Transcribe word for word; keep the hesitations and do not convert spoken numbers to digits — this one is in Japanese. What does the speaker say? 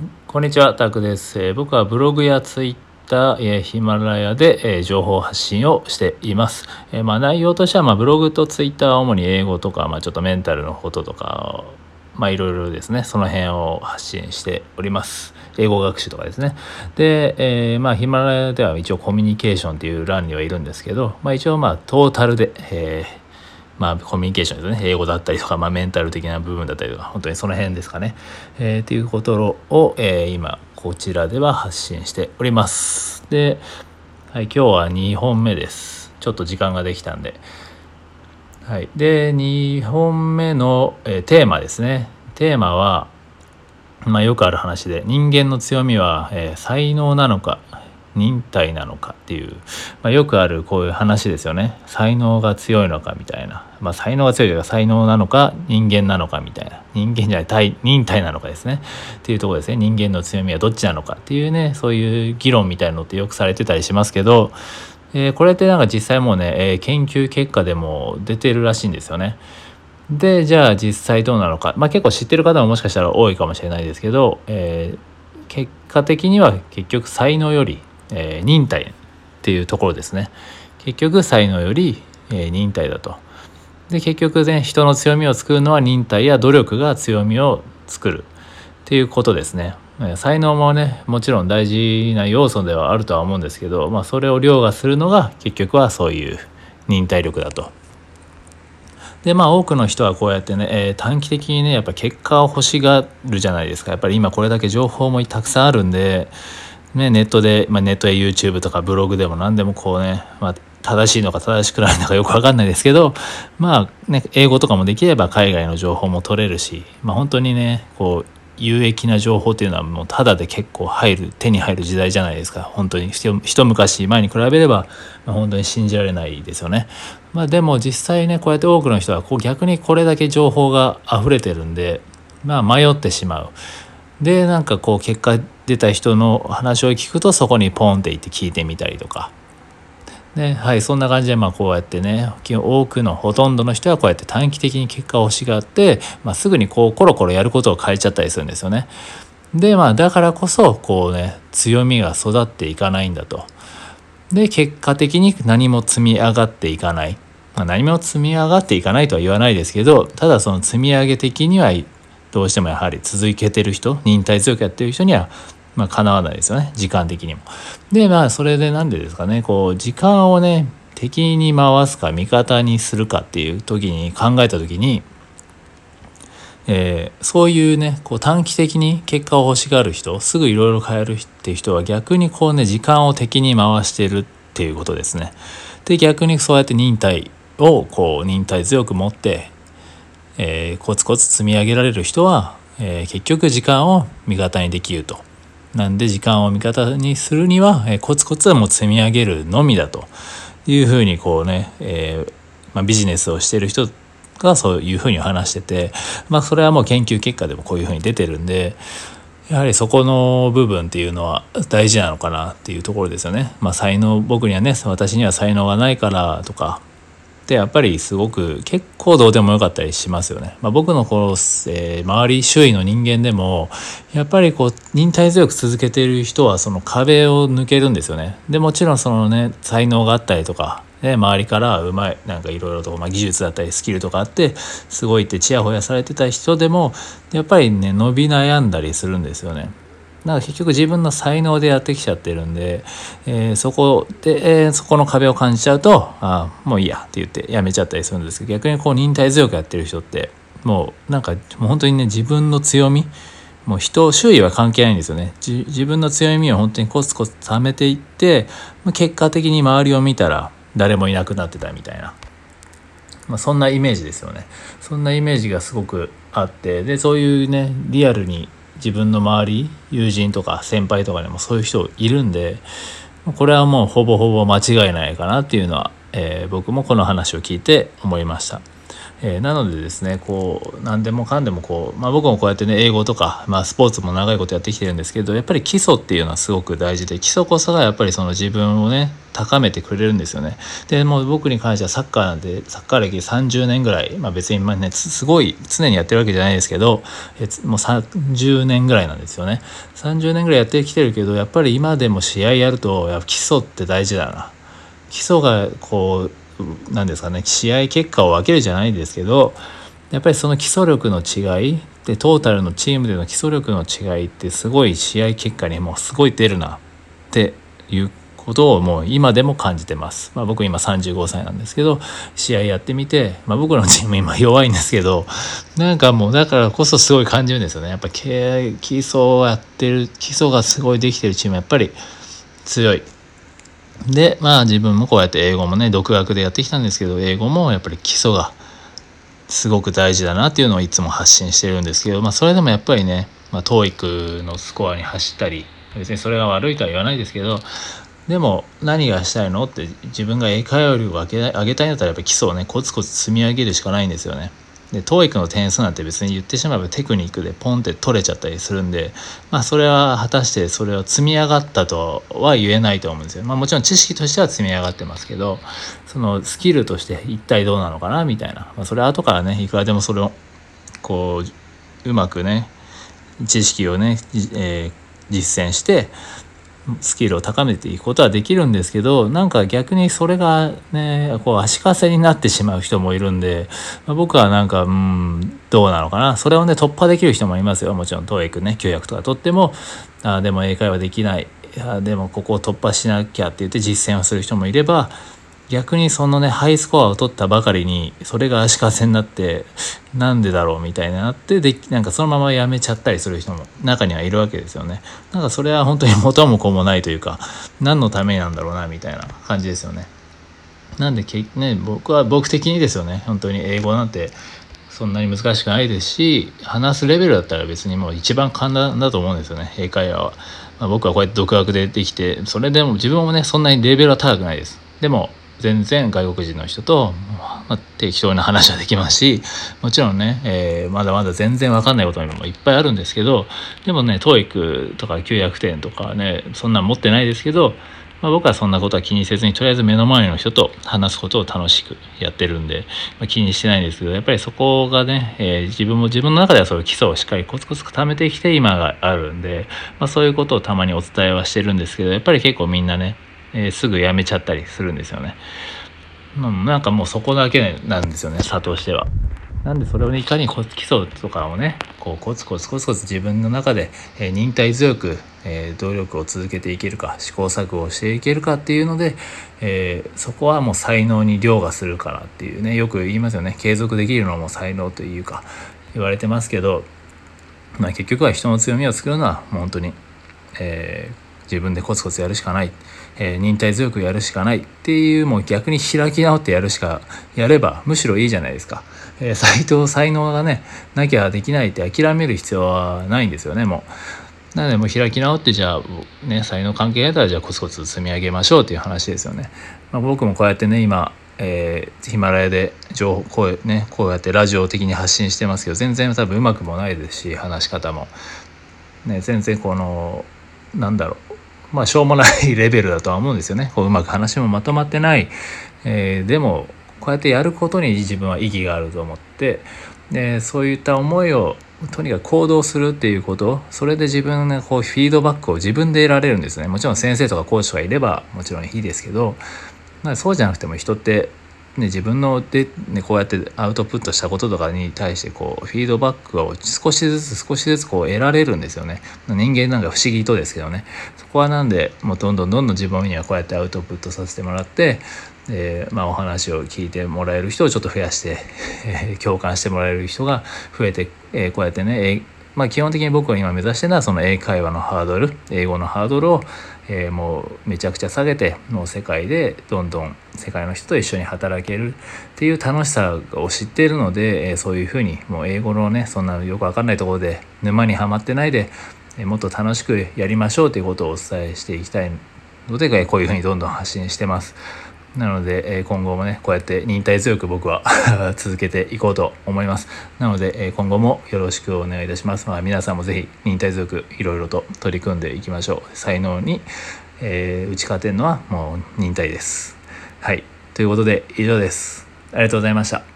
こんにちは、タクです。えー僕はブログやツイッター、えーヒマラヤで、えー情報発信をしています。えーまあ、内容としては、まあ、ブログとツイッターは主に英語とか、まあ、ちょっとメンタルのこととか、まあ、いろいろですね、その辺を発信しております。英語学習とかですね。で、えーまあ、ヒマラヤでは一応コミュニケーションっていう欄にはいるんですけど、まあ、一応まあ、トータルで、えーまあ、コミュニケーションですね、英語だったりとか、まあ、メンタル的な部分だったりとか、本当にその辺ですかね、えー、っていうことを、えー、今こちらでは発信しております。で、はい、今日はにほんめです。ちょっと時間ができたんで、はい、でにほんめの、えー、テーマですね。テーマは、まあ、よくある話で、人間の強みは、えー、才能なのか忍耐なのかっていう、まあ、よくあるこういう話ですよね。才能が強いのかみたいな、まあ、才能が強いというか才能なのか人間なのかみたいな、人間じゃない体忍耐なのかですねっていうところですね。人間の強みはどっちなのかっていうね、そういう議論みたいなのってよくされてたりしますけど、えー、これってなんか実際もうね、えー、研究結果でも出てるらしいんですよね。でじゃあ実際どうなのか、まあ、結構知ってる方ももしかしたら多いかもしれないですけど、えー、結果的には結局才能よりえー、忍耐っていうところですね。結局才能より、えー、忍耐だと。で結局ね、人の強みを作るのは忍耐や努力が強みを作るっていうことですね。才能もね、もちろん大事な要素ではあるとは思うんですけど、まあ、それを凌駕するのが結局はそういう忍耐力だと。でまあ多くの人はこうやってね、えー、短期的にねやっぱ結果を欲しがるじゃないですか。やっぱり今これだけ情報もたくさんあるんで、ね、ネットで、まあ、ネットや YouTube とかブログでも何でもこうね、まあ、正しいのか正しくないのかよく分かんないですけど、まあね、英語とかもできれば海外の情報も取れるし、まあ、本当にねこう有益な情報っていうのはもうただで結構入る手に入る時代じゃないですか。本当に一昔前に比べれば、まあ、本当に信じられないですよね。まあ、でも実際ねこうやって多くの人はこう逆にこれだけ情報が溢れてるんで、まあ、迷ってしまう。でなんかこう結果出た人の話を聞くとそこにポンって行って聞いてみたりとか、ね、はい、そんな感じでまあこうやってね多くのほとんどの人はこうやって短期的に結果を欲しがって、まあ、すぐにこうコロコロやることを変えちゃったりするんですよね。でまあだからこそこうね強みが育っていかないんだと。で結果的に何も積み上がっていかない、まあ、何も積み上がっていかないとは言わないですけど、ただその積み上げ的にはどうしてもやはり続けてる人、忍耐強くやってる人にはまあかなわないですよね、時間的にも。でまあそれでなんでですかね、こう時間をね敵に回すか味方にするかっていう時に考えた時に、えー、そういうねこう短期的に結果を欲しがる人、すぐいろいろ変えるっていう人は逆にこうね時間を敵に回してるっていうことですね。で逆にそうやって忍耐をこう忍耐強く持ってえー、コツコツ積み上げられる人は、えー、結局時間を味方にできると。なんで時間を味方にするには、えー、コツコツはもう積み上げるのみだというふうにこうね、えーまあ、ビジネスをしている人がそういうふうに話してて、まあ、それはもう研究結果でもこういうふうに出てるんで、やはりそこの部分っていうのは大事なのかなっていうところですよね。まあ、才能僕にはね私には才能がないからとかでやっぱりすごく結構どうでもよかったりしますよね。まあ、僕のこの、えー、周り周囲の人間でもやっぱりこう忍耐強く続けている人はその壁を抜けるんですよね。でもちろんそのね才能があったりとか、ね、周りからうまいなんかいろいろと、まあ、技術だったりスキルとかあってすごいってチヤホヤされてた人でもやっぱりね伸び悩んだりするんですよね。なんか結局自分の才能でやってきちゃってるんで、えー、そこで、えー、そこの壁を感じちゃうとあもういいやって言ってやめちゃったりするんですけど、逆にこう忍耐強くやってる人ってもうなんかもう本当にね自分の強み、もう人周囲は関係ないんですよね。自分の強みを本当にコツコツ貯めていって結果的に周りを見たら誰もいなくなってたみたいな、まあ、そんなイメージですよね。そんなイメージがすごくあって、でそういうねリアルに自分の周り友人とか先輩とかにもそういう人いるんで、これはもうほぼほぼ間違いないかなっていうのは、えー、僕もこの話を聞いて思いました。 えー、なのでですねこう何でもかんでもこう、まあ、僕もこうやってね英語とか、まあ、スポーツも長いことやってきてるんですけど、やっぱり基礎っていうのはすごく大事で、基礎こそがやっぱりその自分をね高めてくれるんですよね。でもう僕に関してはサッカーなんでサッカー歴さんじゅうねんぐらい、まあ、別にまあねすごい常にやってるわけじゃないですけど、えもうさんじゅうねんぐらいなんですよね。さんじゅうねんぐらいやってきてるけど、やっぱり今でも試合やるとやっぱ基礎って大事だな。基礎がこうなんですかね、試合結果を分けるじゃないですけど、やっぱりその基礎力の違いでトータルのチームでの基礎力の違いってすごい試合結果にもうすごい出るなっていうことをもう今でも感じてます。まあ、僕今さんじゅうごさいなんですけど、試合やってみて、まあ、僕のチーム今弱いんですけど、なんかもうだからこそすごい感じるんですよね。やっぱり基礎をやってる、基礎がすごいできてるチームやっぱり強い。でまあ自分もこうやって英語もね独学でやってきたんですけど、英語もやっぱり基礎がすごく大事だなっていうのをいつも発信してるんですけど、まあそれでもやっぱりね、まあ、トーイック のスコアに走ったり、別にそれが悪いとは言わないですけど、でも何がしたいのって自分が英会話力を上げ上げたいんだったらやっぱり基礎をねコツコツ積み上げるしかないんですよね。で トーイック の点数なんて別に言ってしまえばテクニックでポンって取れちゃったりするんで、まあそれは果たしてそれを積み上がったとは言えないと思うんですよ。まあもちろん知識としては積み上がってますけど、そのスキルとして一体どうなのかなみたいな、まあ、それは後からねいくらでもそれをこううまくね知識をね、えー、実践してスキルを高めていくことはできるんですけど、なんか逆にそれがねこう足かせになってしまう人もいるんで、まあ、僕はなんかうんどうなのかな、それをね突破できる人もいますよ。もちろん トーイック ねきゅうひゃくとか取ってもあでも英会話できない、いやでもここを突破しなきゃって言って実践をする人もいれば、逆にそのねハイスコアを取ったばかりにそれが足かせになってなんでだろうみたいになってでなんかそのままやめちゃったりする人も中にはいるわけですよね。なんかそれは本当に元も子もないというか、何のためなんだろうなみたいな感じですよね。なんでけ、ね、僕は僕的にですよね、本当に英語なんてそんなに難しくないですし、話すレベルだったら別にもう一番簡単だと思うんですよね、英会話は。まあ、僕はこうやって独学でできて、それでも自分もねそんなにレベルは高くないです。でも全然外国人の人と、まあ、適当な話はできますし、もちろんね、えー、まだまだ全然分かんないこともいっぱいあるんですけど、でもね トーイック とかきゅうひゃくてんとかねそんなん持ってないですけど、まあ、僕はそんなことは気にせずにとりあえず目の前の人と話すことを楽しくやってるんで、まあ、気にしてないんですけど、やっぱりそこがね、えー、自分も自分の中ではそういう基礎をしっかりコツコツ貯めてきて今があるんで、まあ、そういうことをたまにお伝えはしてるんですけど、やっぱり結構みんなねえー、すぐやめちゃったりするんですよね。まあ、なんかもうそこだけなんですよね、差としては。なんでそれをねいかに基礎とかをねこうコツコツコツコツ自分の中で、えー、忍耐強く、えー、努力を続けていけるか、試行錯誤をしていけるかっていうので、えー、そこはもう才能に凌駕するからっていうね、よく言いますよね。継続できるのも才能というか言われてますけど、まあ、結局は人の強みを作るのはもう本当に、えー自分でコツコツやるしかない、えー、忍耐強くやるしかないっていう、もう逆に開き直ってやるしかやればむしろいいじゃないですか。えー、才能才能がねなきゃできないって諦める必要はないんですよね。もうなのでもう開き直ってじゃあね才能関係ないからじゃあコツコツ積み上げましょうっていう話ですよね。まあ、僕もこうやってね今えー、ヒマラヤで情報こう、ね、こうやってラジオ的に発信してますけど、全然多分うまくもないですし、話し方も、ね、全然このなんだろうまあしょうもないレベルだとは思うんですよね。こううまく話もまとまってない、えー、でもこうやってやることに自分は意義があると思って、でそういった思いをとにかく行動するっていうこと、それで自分のこうフィードバックを自分で得られるんですね。もちろん先生とかコーチとかいればもちろんいいですけど、まあ、そうじゃなくても人ってね、自分ので、ね、こうやってアウトプットしたこととかに対してこうフィードバックを少しずつ少しずつこう得られるんですよね。人間なんか不思議とですけどね。そこはなんでもうどんどんどんどん自分にはこうやってアウトプットさせてもらって、えーまあ、お話を聞いてもらえる人をちょっと増やして、えー、共感してもらえる人が増えて、えー、こうやってね、えーまあ、基本的に僕が今目指してるのはその英会話のハードル、英語のハードルを、えー、もうめちゃくちゃ下げて、もう世界でどんどん世界の人と一緒に働けるっていう楽しさを知っているので、えー、そういうふうにもう英語のねそんなよくわかんないところで沼にはまってないで、えー、もっと楽しくやりましょうということをお伝えしていきたいので、こういうふうにどんどん発信してます。 なので、えー今後もねこうやって忍耐強く僕は続けていこうと思います。なので、えー今後もよろしくお願いいたします。まあ、皆さんもぜひ忍耐強くいろいろと取り組んでいきましょう。才能に、えー打ち勝てるのはもう忍耐です。はい、ということで以上です。ありがとうございました。